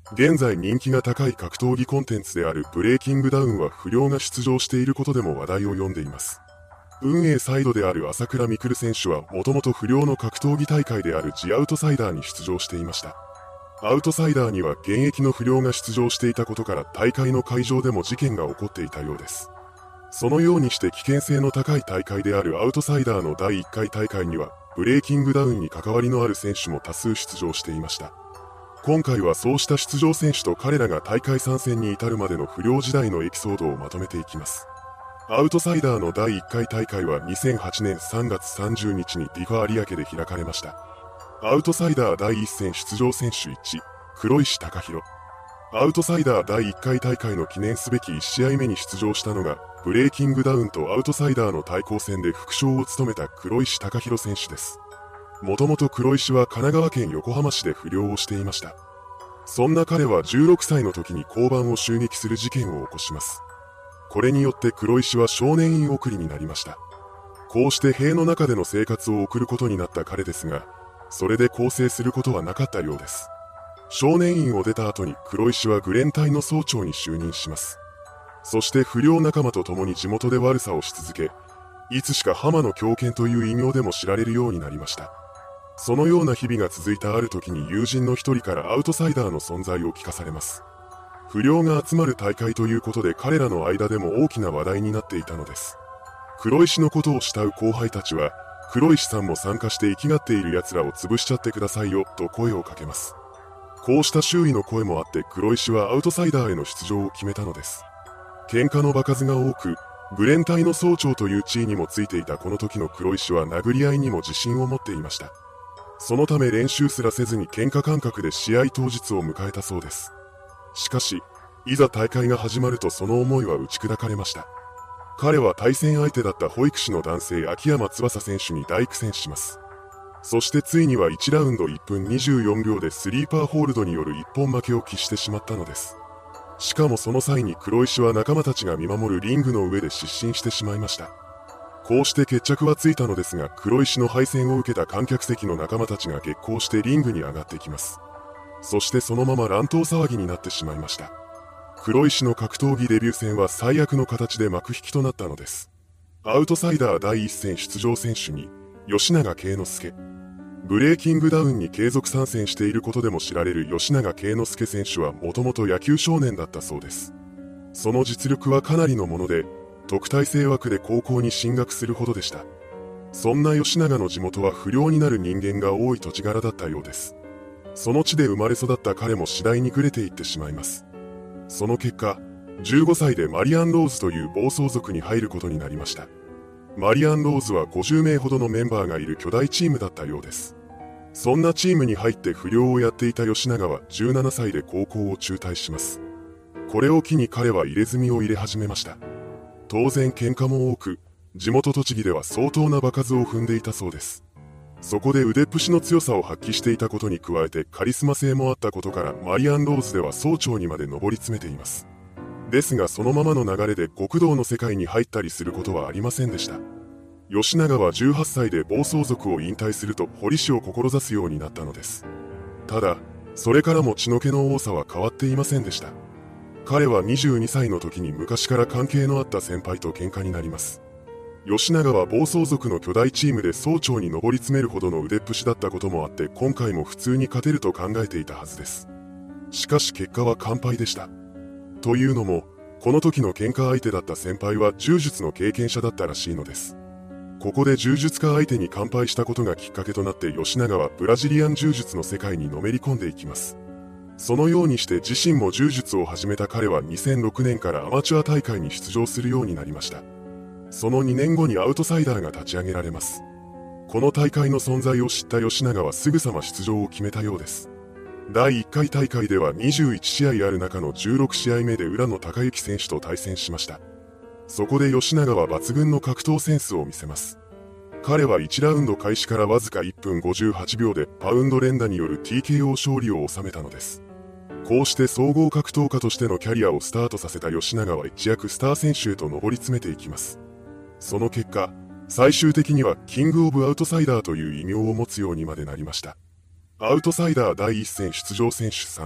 現在人気が高い格闘技コンテンツであるブレイキングダウンは不良が出場していることでも話題を呼んでいます。運営サイドである朝倉未来選手はもともと不良の格闘技大会であるジアウトサイダーに出場していました。アウトサイダーには現役の不良が出場していたことから大会の会場でも事件が起こっていたようです。そのようにして危険性の高い大会であるアウトサイダーの第1回大会にはブレイキングダウンに関わりのある選手も多数出場していました。今回はそうした出場選手と彼らが大会参戦に至るまでの不良時代のエピソードをまとめていきます。アウトサイダーの第1回大会は2008年3月30日にディファ有明で開かれました。アウトサイダー第1戦出場選手1、黒石貴弘。アウトサイダー第1回大会の記念すべき1試合目に出場したのが、ブレイキングダウンとアウトサイダーの対抗戦で副将を務めた黒石貴弘選手です。もともと黒石は神奈川県横浜市で不良をしていました。そんな彼は16歳の時に交番を襲撃する事件を起こします。これによって黒石は少年院送りになりました。こうして塀の中での生活を送ることになった彼ですが、それで更生することはなかったようです。少年院を出た後に黒石はグレン隊の総長に就任します。そして不良仲間と共に地元で悪さをし続け、いつしか浜の狂犬という異名でも知られるようになりました。そのような日々が続いたある時に友人の一人からアウトサイダーの存在を聞かされます。不良が集まる大会ということで彼らの間でも大きな話題になっていたのです。黒石のことを慕う後輩たちは、黒石さんも参加して生きがっている奴らを潰しちゃってくださいよと声をかけます。こうした周囲の声もあって黒石はアウトサイダーへの出場を決めたのです。喧嘩の場数が多く、グレン隊の総長という地位にもついていたこの時の黒石は殴り合いにも自信を持っていました。そのため練習すらせずに喧嘩感覚で試合当日を迎えたそうです。しかし、いざ大会が始まるとその思いは打ち砕かれました。彼は対戦相手だった保育士の男性秋山翼選手に大苦戦します。そしてついには1ラウンド1分24秒でスリーパーホールドによる一本負けを喫してしまったのです。しかもその際に黒石は仲間たちが見守るリングの上で失神してしまいました。こうして決着はついたのですが、黒石の敗戦を受けた観客席の仲間たちが激高してリングに上がってきます。そしてそのまま乱闘騒ぎになってしまいました。黒石の格闘技デビュー戦は最悪の形で幕引きとなったのです。アウトサイダー第1戦出場選手に吉永圭之助。ブレイキングダウンに継続参戦していることでも知られる吉永圭之助選手はもともと野球少年だったそうです。その実力はかなりのもので、特待生枠で高校に進学するほどでした。そんな吉永の地元は不良になる人間が多い土地柄だったようです。その地で生まれ育った彼も次第にぐれていってしまいます。その結果、15歳でマリアン・ローズという暴走族に入ることになりました。マリアン・ローズは50名ほどのメンバーがいる巨大チームだったようです。そんなチームに入って不良をやっていた吉永は17歳で高校を中退します。これを機に彼は入れ墨を入れ始めました。当然喧嘩も多く、地元栃木では相当な場数を踏んでいたそうです。そこで腕っぷしの強さを発揮していたことに加えてカリスマ性もあったことからマリアン・ローズでは総長にまで上り詰めています。ですがそのままの流れで極道の世界に入ったりすることはありませんでした。吉永は18歳で暴走族を引退すると堀師を志すようになったのです。ただ、それからも血の気の多さは変わっていませんでした。彼は22歳の時に昔から関係のあった先輩と喧嘩になります。吉永は暴走族の巨大チームで総長に上り詰めるほどの腕っぷしだったこともあって今回も普通に勝てると考えていたはずです。しかし結果は完敗でした。というのも、この時の喧嘩相手だった先輩は柔術の経験者だったらしいのです。ここで柔術家相手に完敗したことがきっかけとなって吉永はブラジリアン柔術の世界にのめり込んでいきます。そのようにして自身も柔術を始めた彼は2006年からアマチュア大会に出場するようになりました。その2年後にアウトサイダーが立ち上げられます。この大会の存在を知った吉永はすぐさま出場を決めたようです。第1回大会では21試合ある中の16試合目で浦野孝之選手と対戦しました。そこで吉永は抜群の格闘センスを見せます。彼は1ラウンド開始からわずか1分58秒でパウンド連打による TKO 勝利を収めたのです。こうして総合格闘家としてのキャリアをスタートさせた吉永は一躍スター選手へと上り詰めていきます。その結果、最終的にはキングオブアウトサイダーという異名を持つようにまでなりました。アウトサイダー第1戦出場選手3、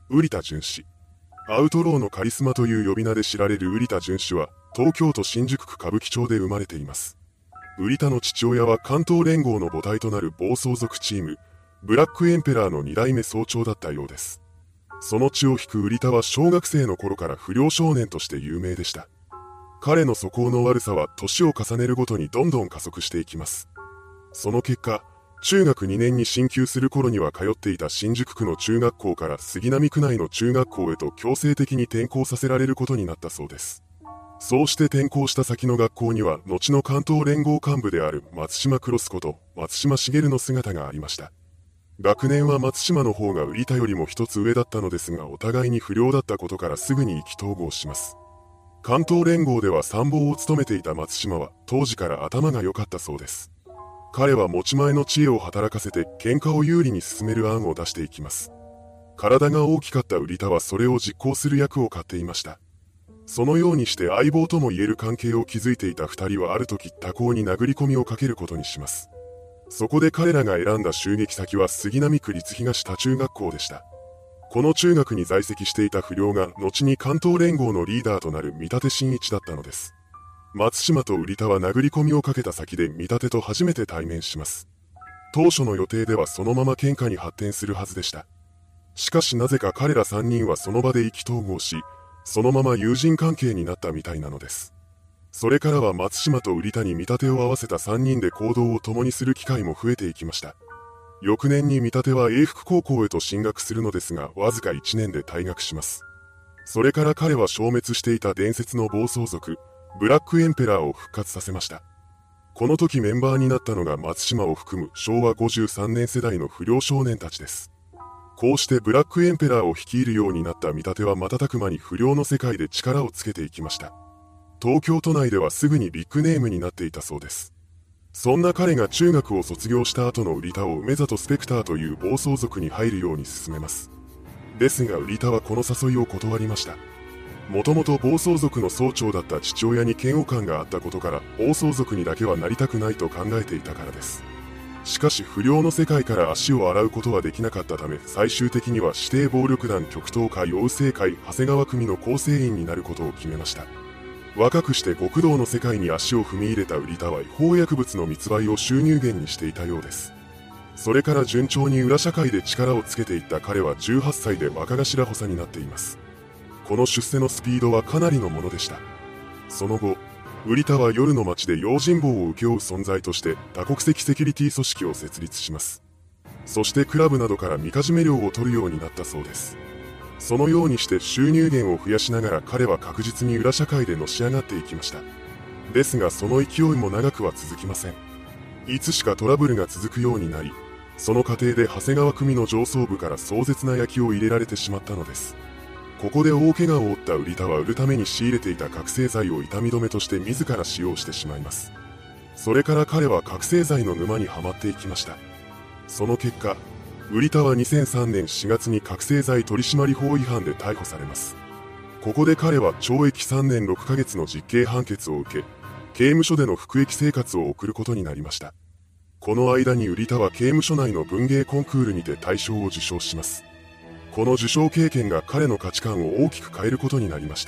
瓜田淳氏。アウトローのカリスマという呼び名で知られる瓜田淳氏は、東京都新宿区歌舞伎町で生まれています。瓜田の父親は関東連合の母体となる暴走族チーム、ブラックエンペラーの2代目総長だったようです。その血を引く瓜田は小学生の頃から不良少年として有名でした。彼の素行の悪さは年を重ねるごとにどんどん加速していきます。その結果、中学2年に進級する頃には通っていた新宿区の中学校から杉並区内の中学校へと強制的に転校させられることになったそうです。そうして転校した先の学校には、後の関東連合幹部である松島クロスこと松島茂の姿がありました。学年は松島の方が瓜田よりも一つ上だったのですが、お互いに不良だったことからすぐに意気投合します。関東連合では参謀を務めていた松島は当時から頭が良かったそうです。彼は持ち前の知恵を働かせて喧嘩を有利に進める案を出していきます。体が大きかった瓜田はそれを実行する役を買っていました。そのようにして相棒とも言える関係を築いていた二人はある時他校に殴り込みをかけることにします。そこで彼らが選んだ襲撃先は杉並区立東他中学校でした。この中学に在籍していた不良が後に関東連合のリーダーとなる見立真一だったのです。松島と瓜田は殴り込みをかけた先で見立と初めて対面します。当初の予定ではそのまま喧嘩に発展するはずでした。しかしなぜか彼ら3人はその場で意気投合し、そのまま友人関係になったみたいなのです。それからは松島と瓜田に見立てを合わせた3人で行動を共にする機会も増えていきました。翌年に見立ては永福高校へと進学するのですが、わずか1年で退学します。それから彼は消滅していた伝説の暴走族、ブラックエンペラーを復活させました。この時メンバーになったのが松島を含む昭和53年世代の不良少年たちです。こうしてブラックエンペラーを率いるようになった見立ては瞬く間に不良の世界で力をつけていきました。東京都内ではすぐにビッグネームになっていたそうです。そんな彼が中学を卒業した後の瓜田を梅里スペクターという暴走族に入るように勧めます。ですが瓜田はこの誘いを断りました。もともと暴走族の総長だった父親に嫌悪感があったことから暴走族にだけはなりたくないと考えていたからです。しかし不良の世界から足を洗うことはできなかったため、最終的には指定暴力団極東会大生会長谷川組の構成員になることを決めました。若くして極道の世界に足を踏み入れた瓜田は違法薬物の密売を収入源にしていたようです。それから順調に裏社会で力をつけていった彼は18歳で若頭補佐になっています。この出世のスピードはかなりのものでした。その後、瓜田は夜の街で用心棒を請け負う存在として多国籍セキュリティ組織を設立します。そしてクラブなどからみかじめ料を取るようになったそうです。そのようにして収入源を増やしながら彼は確実に裏社会でのし上がっていきました。ですがその勢いも長くは続きません。いつしかトラブルが続くようになり、その過程で長谷川組の上層部から壮絶な焼きを入れられてしまったのです。ここで大怪我を負った瓜田は売るために仕入れていた覚醒剤を痛み止めとして自ら使用してしまいます。それから彼は覚醒剤の沼にはまっていきました。その結果、瓜田は2003年4月に覚醒剤取締法違反で逮捕されます。ここで彼は懲役3年6ヶ月の実刑判決を受け、刑務所での服役生活を送ることになりました。この間に瓜田は刑務所内の文芸コンクールにて大賞を受賞します。この受賞経験が彼の価値観を大きく変えることになりました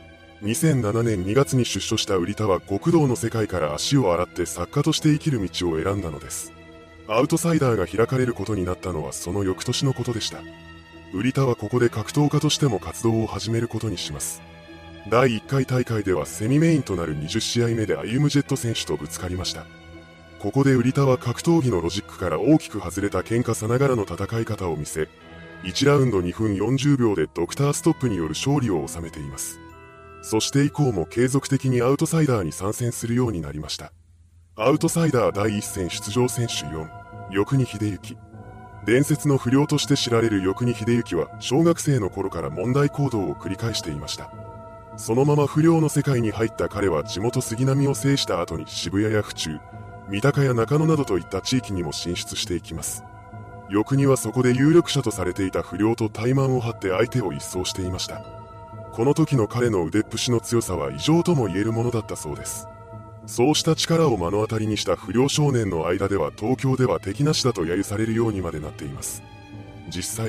。2007年2月に出所した瓜田は極道の世界から足を洗って作家として生きる道を選んだのです。アウトサイダーが開かれることになったのはその翌年のことでした。瓜田はここで格闘家としても活動を始めることにします。第1回大会ではセミメインとなる20試合目でアユムジェット選手とぶつかりました。ここで瓜田は格闘技のロジックから大きく外れた喧嘩さながらの戦い方を見せ、1ラウンド2分40秒でドクターストップによる勝利を収めています。そして以降も継続的にアウトサイダーに参戦するようになりました。アウトサイダー第1戦出場選手4、与国秀行。伝説の不良として知られる与国秀行は小学生の頃から問題行動を繰り返していました。そのまま不良の世界に入った彼は地元杉並を制した後に渋谷や府中、三鷹や中野などといった地域にも進出していきます。与国はそこで有力者とされていた不良と怠慢を張って相手を一掃していました。この時の彼の腕っぷしの強さは異常とも言えるものだったそうです。そうした力を目の当たりにした不良少年の間では東京では敵なしだと揶揄されるようにまでなっています。実際、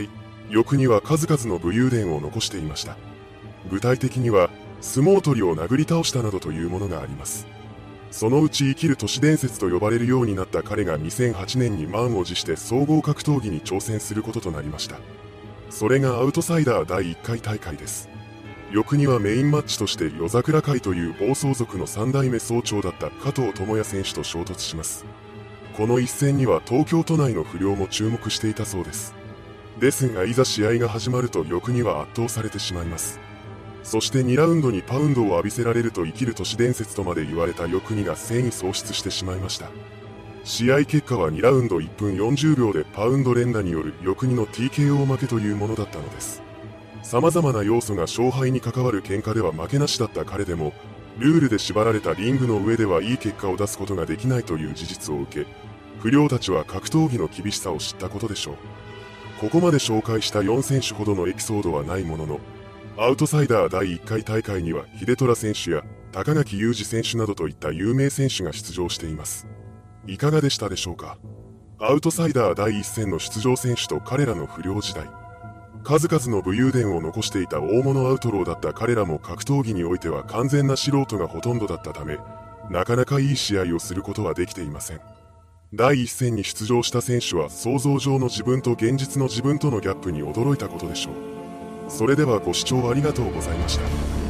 翌には数々の武勇伝を残していました。具体的には、相撲取りを殴り倒したなどというものがあります。そのうち生きる都市伝説と呼ばれるようになった彼が2008年に満を持して総合格闘技に挑戦することとなりました。それがアウトサイダー第1回大会です。翌にはメインマッチとして夜桜会という暴走族の3代目総長だった加藤智也選手と衝突します。この一戦には東京都内の不良も注目していたそうです。ですがいざ試合が始まると翌には圧倒されてしまいます。そして2ラウンドにパウンドを浴びせられると生きる都市伝説とまで言われた翌にが戦意喪失してしまいました。試合結果は2ラウンド1分40秒でパウンド連打による翌にの TKO 負けというものだったのです。様々な要素が勝敗に関わる喧嘩では負けなしだった彼でも、ルールで縛られたリングの上ではいい結果を出すことができないという事実を受け、不良たちは格闘技の厳しさを知ったことでしょう。ここまで紹介した4選手ほどのエピソードはないものの、アウトサイダー第1回大会には秀虎選手や高垣裕二選手などといった有名選手が出場しています。いかがでしたでしょうか。アウトサイダー第1戦の出場選手と彼らの不良時代。数々の武勇伝を残していた大物アウトローだった彼らも格闘技においては完全な素人がほとんどだったため、なかなかいい試合をすることはできていません。第1戦に出場した選手は想像上の自分と現実の自分とのギャップに驚いたことでしょう。それではご視聴ありがとうございました。